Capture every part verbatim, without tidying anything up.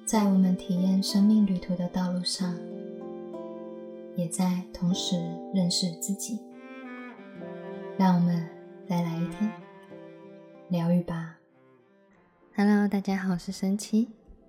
在我们体验生命旅途的道路上，也在同时认识自己。让我们再来一天疗愈吧。 Hello， 大家好，我是神奇。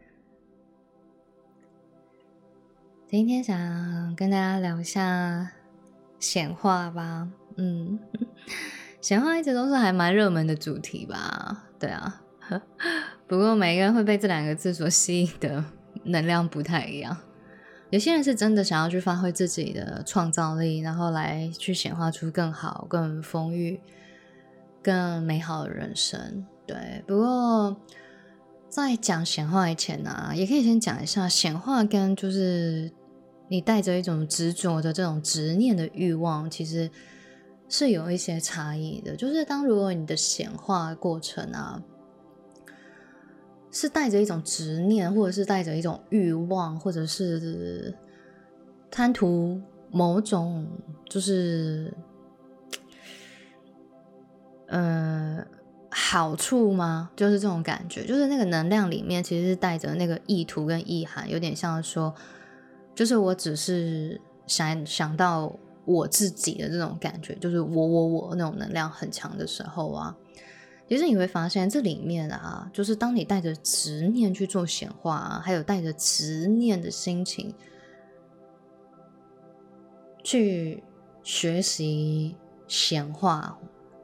今天想跟大家聊一下显化吧。嗯，显化一直都是还蛮热门的主题吧。对啊，不过每一个人会被这两个字所吸引的能量不太一样。有些人是真的想要去发挥自己的创造力，然后来去显化出更好、更丰裕、更美好的人生。对，不过在讲显化以前啊，也可以先讲一下显化跟就是你带着一种执着的这种执念的欲望，其实是有一些差异的。就是当如果你的显化过程啊是带着一种执念，或者是带着一种欲望，或者是贪图某种就是呃好处吗？就是这种感觉，就是那个能量里面其实是带着那个意图跟意涵，有点像说就是我只是想想到我自己的这种感觉，就是我我我那种能量很强的时候啊，其实你会发现这里面啊，就是当你带着执念去做显化啊，还有带着执念的心情去学习显化，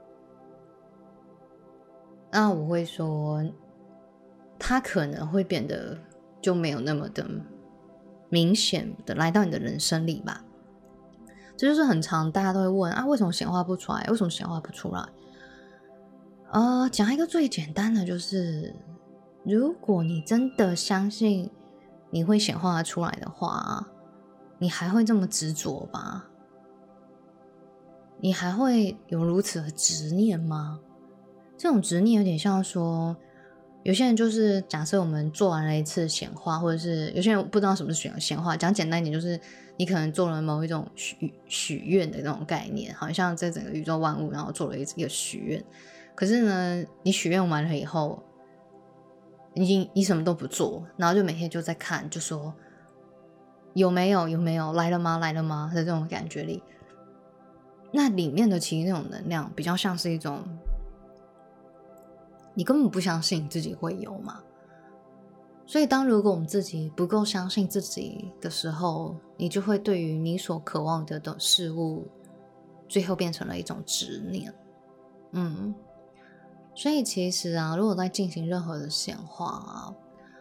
那我会说它可能会变得就没有那么的明显的来到你的人生里吧。这就是很常大家都会问啊，为什么显化不出来？为什么显化不出来？呃，讲一个最简单的，就是如果你真的相信你会显化出来的话，你还会这么执着吗？你还会有如此的执念吗？这种执念有点像说，有些人就是假设我们做完了一次显化，或者是有些人不知道什么是显化，讲简单一点就是你可能做了某一种许许愿的那种概念，好像在整个宇宙万物然后做了一个许愿，可是呢你许愿完了以后你你什么都不做，然后就每天就在看，就说有没有有没有来了吗来了吗的这种感觉里，那里面的其实那种能量比较像是一种你根本不相信自己会有嘛。所以当如果我们自己不够相信自己的时候，你就会对于你所渴望的的事物最后变成了一种执念。嗯，所以其实啊，如果在进行任何的显化啊，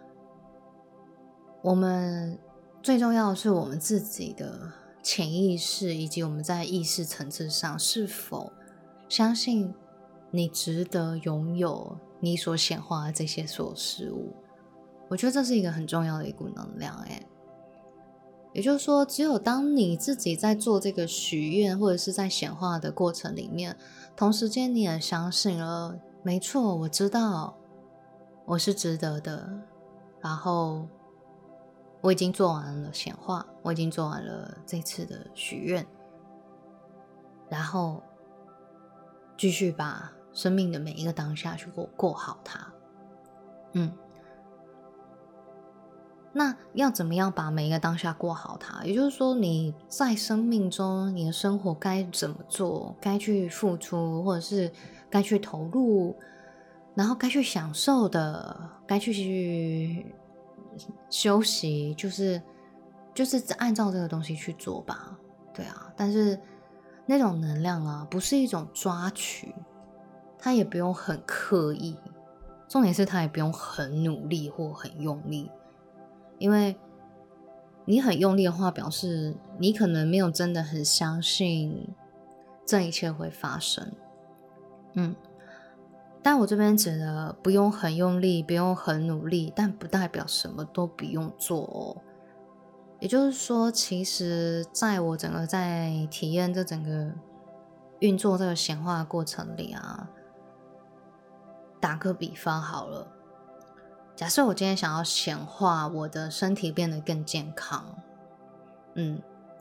我们最重要的是我们自己的潜意识，以及我们在意识层次上是否相信你值得拥有你所显化的这些所有事物。我觉得这是一个很重要的一股能量诶。也就是说，只有当你自己在做这个许愿或者是在显化的过程里面，同时间你也相信了，没错，我知道我是值得的，然后我已经做完了显化，我已经做完了这次的许愿，然后继续把生命的每一个当下去过过好它。嗯，那要怎么样把每一个当下过好它？也就是说，你在生命中你的生活该怎么做，该去付出，或者是该去投入，然后该去享受的，该去休息，就是就是按照这个东西去做吧。对啊，但是那种能量啊，不是一种抓取，它也不用很刻意，重点是它也不用很努力或很用力。因为你很用力的话，表示你可能没有真的很相信这一切会发生。嗯，但我这边指的不用很用力，不用很努力，但不代表什么都不用做哦。也就是说，其实在我整个在体验这整个运作这个显化的过程里啊，打个比方好了，假设我今天想要显化我的身体变得更健康，嗯，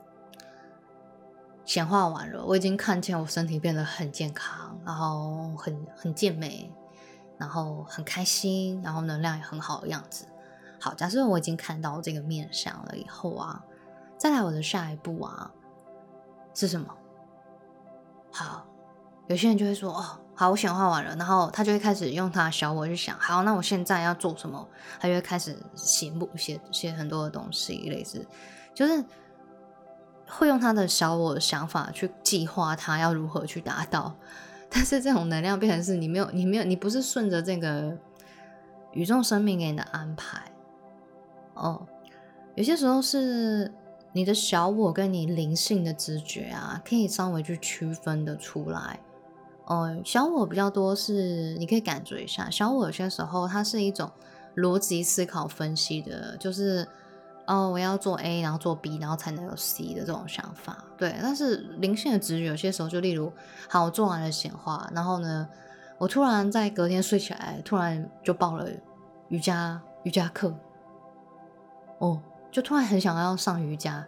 显化完了，我已经看见我身体变得很健康，然后很很健美，然后很开心，然后能量也很好的样子。 好，假设我已经看到这个面相了以后啊，再来我的下一步啊是什么？好，有些人就会说哦，好，我显化完了，然后他就会开始用他的小我去想，好，那我现在要做什么？他就会开始写写写很多的东西，类似就是会用他的小我的想法去计划他要如何去达到。但是这种能量变成是你没有，你没有，你不是顺着这个宇宙生命给你的安排哦。有些时候是你的小我跟你灵性的直觉啊，可以稍微去区分的出来。呃，小我比较多是你可以感觉一下，小我有些时候它是一种逻辑思考分析的，就是哦我要做 A 然后做 B 然后才能有 C 的这种想法。对，但是灵性的直觉有些时候就例如好我做完了显化，然后呢我突然在隔天睡起来突然就报了瑜伽瑜伽课，哦就突然很想要上瑜伽，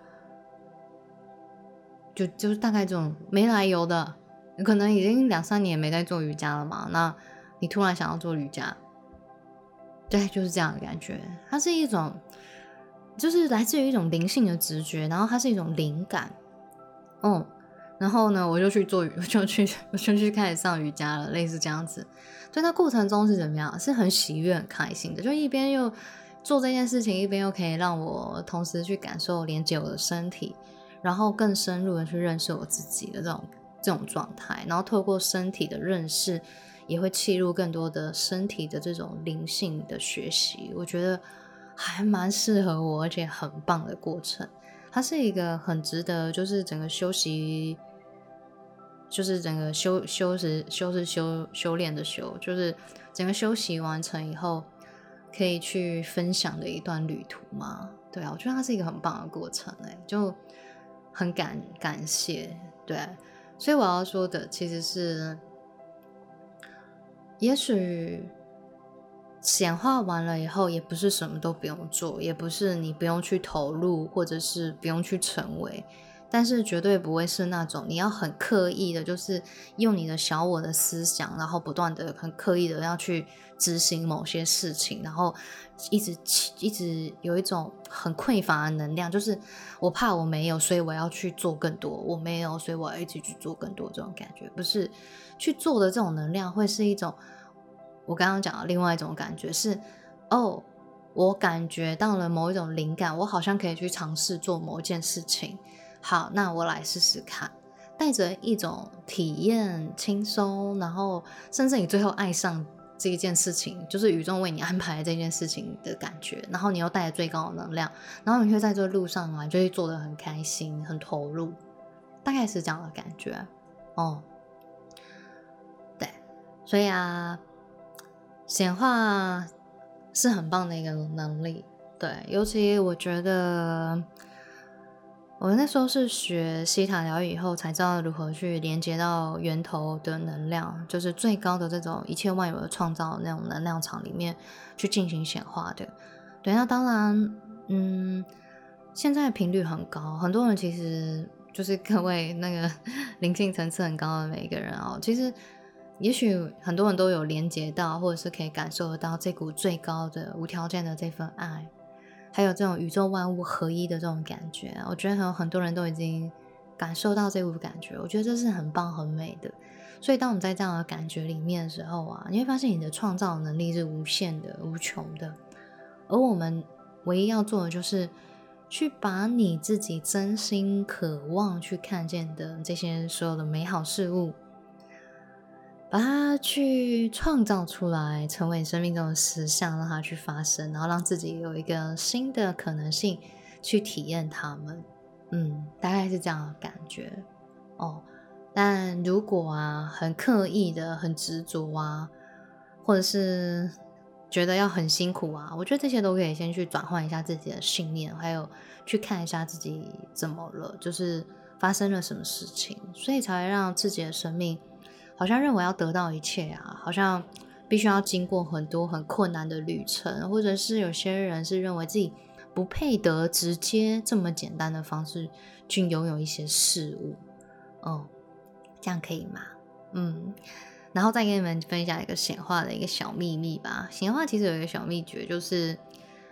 就就是大概这种没来由的，可能已经两三年没在做瑜伽了嘛，那你突然想要做瑜伽，对，就是这样的感觉。它是一种就是来自于一种灵性的直觉，然后它是一种灵感。嗯，然后呢我就去做我就去我就去开始上瑜伽了，类似这样子。所以那过程中是怎么样？是很喜悦很开心的，就一边又做这件事情，一边又可以让我同时去感受连接我的身体，然后更深入的去认识我自己的这种这种状态，然后透过身体的认识也会契入更多的身体的这种灵性的学习。我觉得还蛮适合我，而且很棒的过程。它是一个很值得就是整个休息，就是整个修修是修是修修炼的修，就是整个休息完成以后可以去分享的一段旅途嘛。对啊，我觉得它是一个很棒的过程，欸，就很感感谢。对，所以我要说的其实是也许显化完了以后也不是什么都不用做，也不是你不用去投入或者是不用去成为，但是绝对不会是那种你要很刻意的就是用你的小我的思想，然后不断的很刻意的要去执行某些事情，然后一直一直有一种很匮乏的能量，就是我怕我没有所以我要去做更多，我没有所以我要一直去做更多，这种感觉不是去做的。这种能量会是一种我刚刚讲的另外一种感觉是，哦我感觉到了某一种灵感，我好像可以去尝试做某一件事情，好那我来试试看，带着一种体验轻松，然后甚至你最后爱上这一件事情，就是宇宙为你安排这件事情的感觉，然后你又带着最高的能量，然后你会在这个路上啊就会做得很开心很投入，大概是这样的感觉哦。对，所以啊显化是很棒的一个能力。对，尤其我觉得我那时候是学西塔疗愈以后才知道如何去连接到源头的能量，就是最高的这种一切万有的创造那种能量场里面去进行显化的。对，那当然嗯现在频率很高，很多人其实就是各位那个灵性层次很高的每一个人哦，其实也许很多人都有连接到，或者是可以感受得到这股最高的无条件的这份爱，还有这种宇宙万物合一的这种感觉。我觉得有很多人都已经感受到这股感觉，我觉得这是很棒很美的。所以当你在这样的感觉里面的时候啊，你会发现你的创造能力是无限的无穷的，而我们唯一要做的就是去把你自己真心渴望去看见的这些所有的美好事物，把它去创造出来，成为你生命中的实相，让它去发生，然后让自己有一个新的可能性去体验它们。嗯，大概是这样的感觉哦。但如果啊很刻意的很执着啊，或者是觉得要很辛苦啊，我觉得这些都可以先去转换一下自己的信念，还有去看一下自己怎么了，就是发生了什么事情，所以才会让自己的生命好像认为要得到一切啊，好像必须要经过很多很困难的旅程，或者是有些人是认为自己不配得直接这么简单的方式去拥有一些事物。哦，这样可以吗？嗯，然后再跟你们分享一个显化的一个小秘密吧。显化其实有一个小秘诀，就是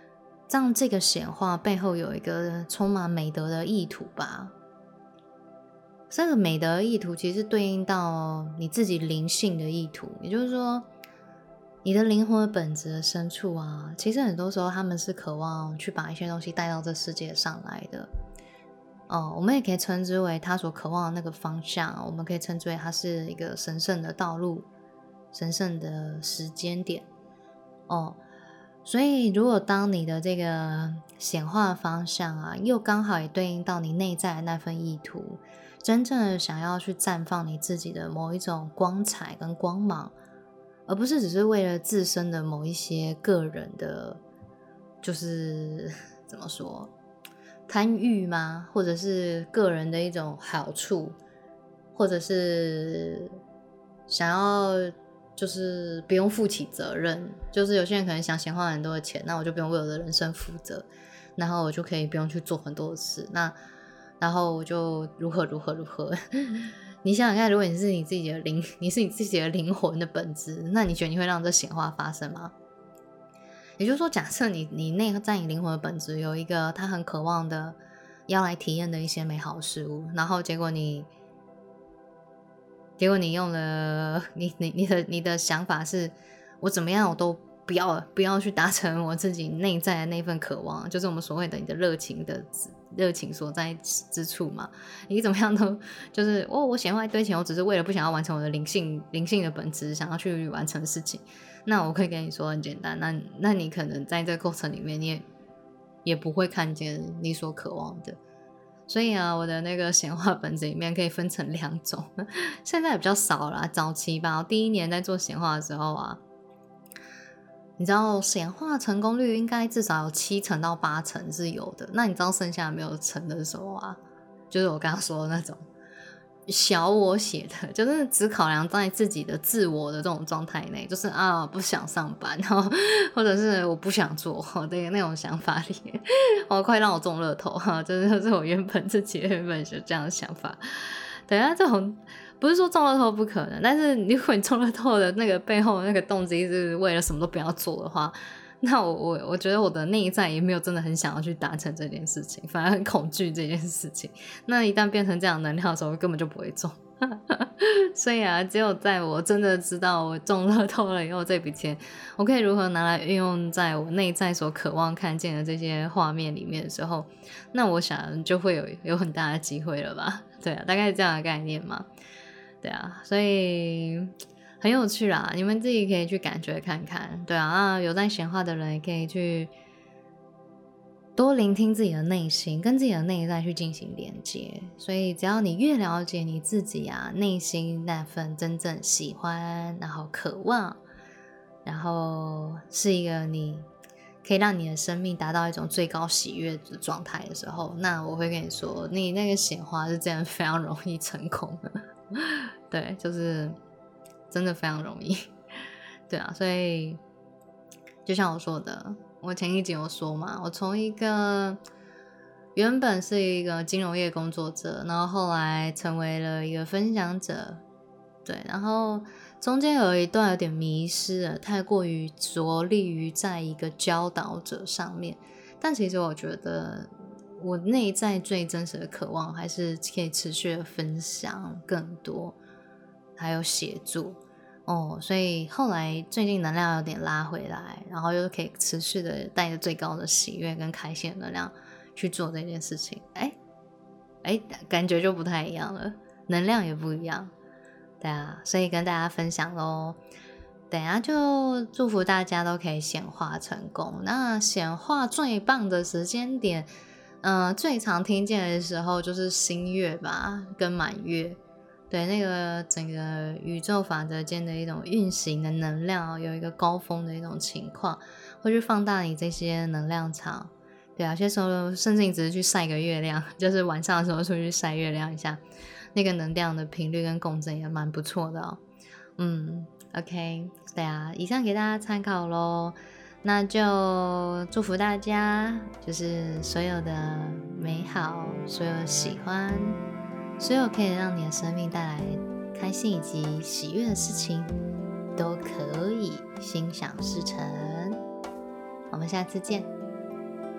让这个显化背后有一个充满美德的意图吧。这个美德意图其实对应到你自己灵性的意图，也就是说你的灵魂的本质的深处啊，其实很多时候他们是渴望去把一些东西带到这世界上来的。哦，我们也可以称之为他所渴望的那个方向，我们可以称之为它是一个神圣的道路，神圣的时间点。哦，所以如果当你的这个显化方向啊，又刚好也对应到你内在的那份意图，真正的想要去绽放你自己的某一种光彩跟光芒，而不是只是为了自身的某一些个人的，就是怎么说，贪欲吗？或者是个人的一种好处，或者是想要就是不用负起责任，就是有些人可能想显化很多的钱，那我就不用为我的人生负责，然后我就可以不用去做很多的事，那然后我就如何如何如何。你想想看，如果你是你自己的灵，你是你自己的灵魂的本质，那你觉得你会让这显化发生吗？也就是说，假设你你内在你灵魂的本质有一个他很渴望的要来体验的一些美好事物，然后结果你结果你用了你你你的你的想法是，我怎么样我都不要不要去达成我自己内在的那份渴望，就是我们所谓的你的热情的热情所在之处嘛。你怎么样都就是哦，我显化一堆钱，我只是为了不想要完成我的灵性灵性的本质，想要去完成事情。那我可以跟你说很简单，那那你可能在这个过程里面，你也也不会看见你所渴望的。所以啊，我的那个显化本子里面可以分成两种，现在比较少啦，早期吧，我第一年在做显化的时候啊，你知道显化成功率应该至少有七成到八成是有的，那你知道剩下没有成的时候啊，就是我刚刚说的那种小我写的，就是只考量在自己的自我的这种状态内，就是啊不想上班，然后或者是我不想做的那种想法里，我快让我中乐透哈，这就是我原本自己原本是这样的想法。对啊，这种不是说中乐透不可能，但是如果你中乐透的那个背后的那个动机是为了什么都不要做的话，那我我我觉得我的内在也没有真的很想要去达成这件事情，反而很恐惧这件事情。那一旦变成这样的能量的时候，根本就不会中。所以啊，只有在我真的知道我中乐透了以后，这笔钱我可以如何拿来运用在我内在所渴望看见的这些画面里面的时候，那我想就会有有很大的机会了吧？对啊，大概是这样的概念嘛。对啊，所以很有趣啦，你们自己可以去感觉看看。对啊，那有在显化的人也可以去多聆听自己的内心，跟自己的内在去进行连接。所以只要你越了解你自己啊，内心那份真正喜欢，然后渴望，然后是一个你可以让你的生命达到一种最高喜悦的状态的时候，那我会跟你说，你那个显化是真的非常容易成功的。对，就是真的非常容易。对啊，所以就像我说的，我前一集有说嘛，我从一个原本是一个金融业工作者，然后后来成为了一个分享者。对，然后中间有一段有点迷失了，太过于着力于在一个教导者上面，但其实我觉得我内在最真实的渴望还是可以持续的分享更多，还有协助哦，所以后来最近能量有点拉回来，然后又可以持续的带着最高的喜悦跟开心的能量去做这件事情，哎哎，感觉就不太一样了，能量也不一样。对啊，所以跟大家分享咯。等一下就祝福大家都可以显化成功。那显化最棒的时间点，呃，最常听见的时候就是新月吧，跟满月。对，那个整个宇宙法则间的一种运行的能量，有一个高峰的一种情况，会去放大你这些能量场。对啊，有些时候甚至你只是去晒个月亮，就是晚上的时候出去晒月亮一下，那个能量的频率跟共振也蛮不错的哦。嗯 OK， 对啊，以上给大家参考咯。那就祝福大家，就是所有的美好，所有的喜欢，所有可以让你的生命带来开心以及喜悦的事情，都可以心想事成。我们下次见。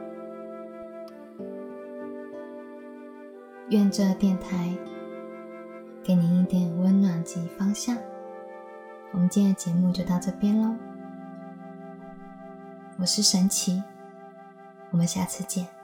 愿这电台给您一点温暖及方向。我们今天的节目就到这边咯，我是神奇，我们下次见。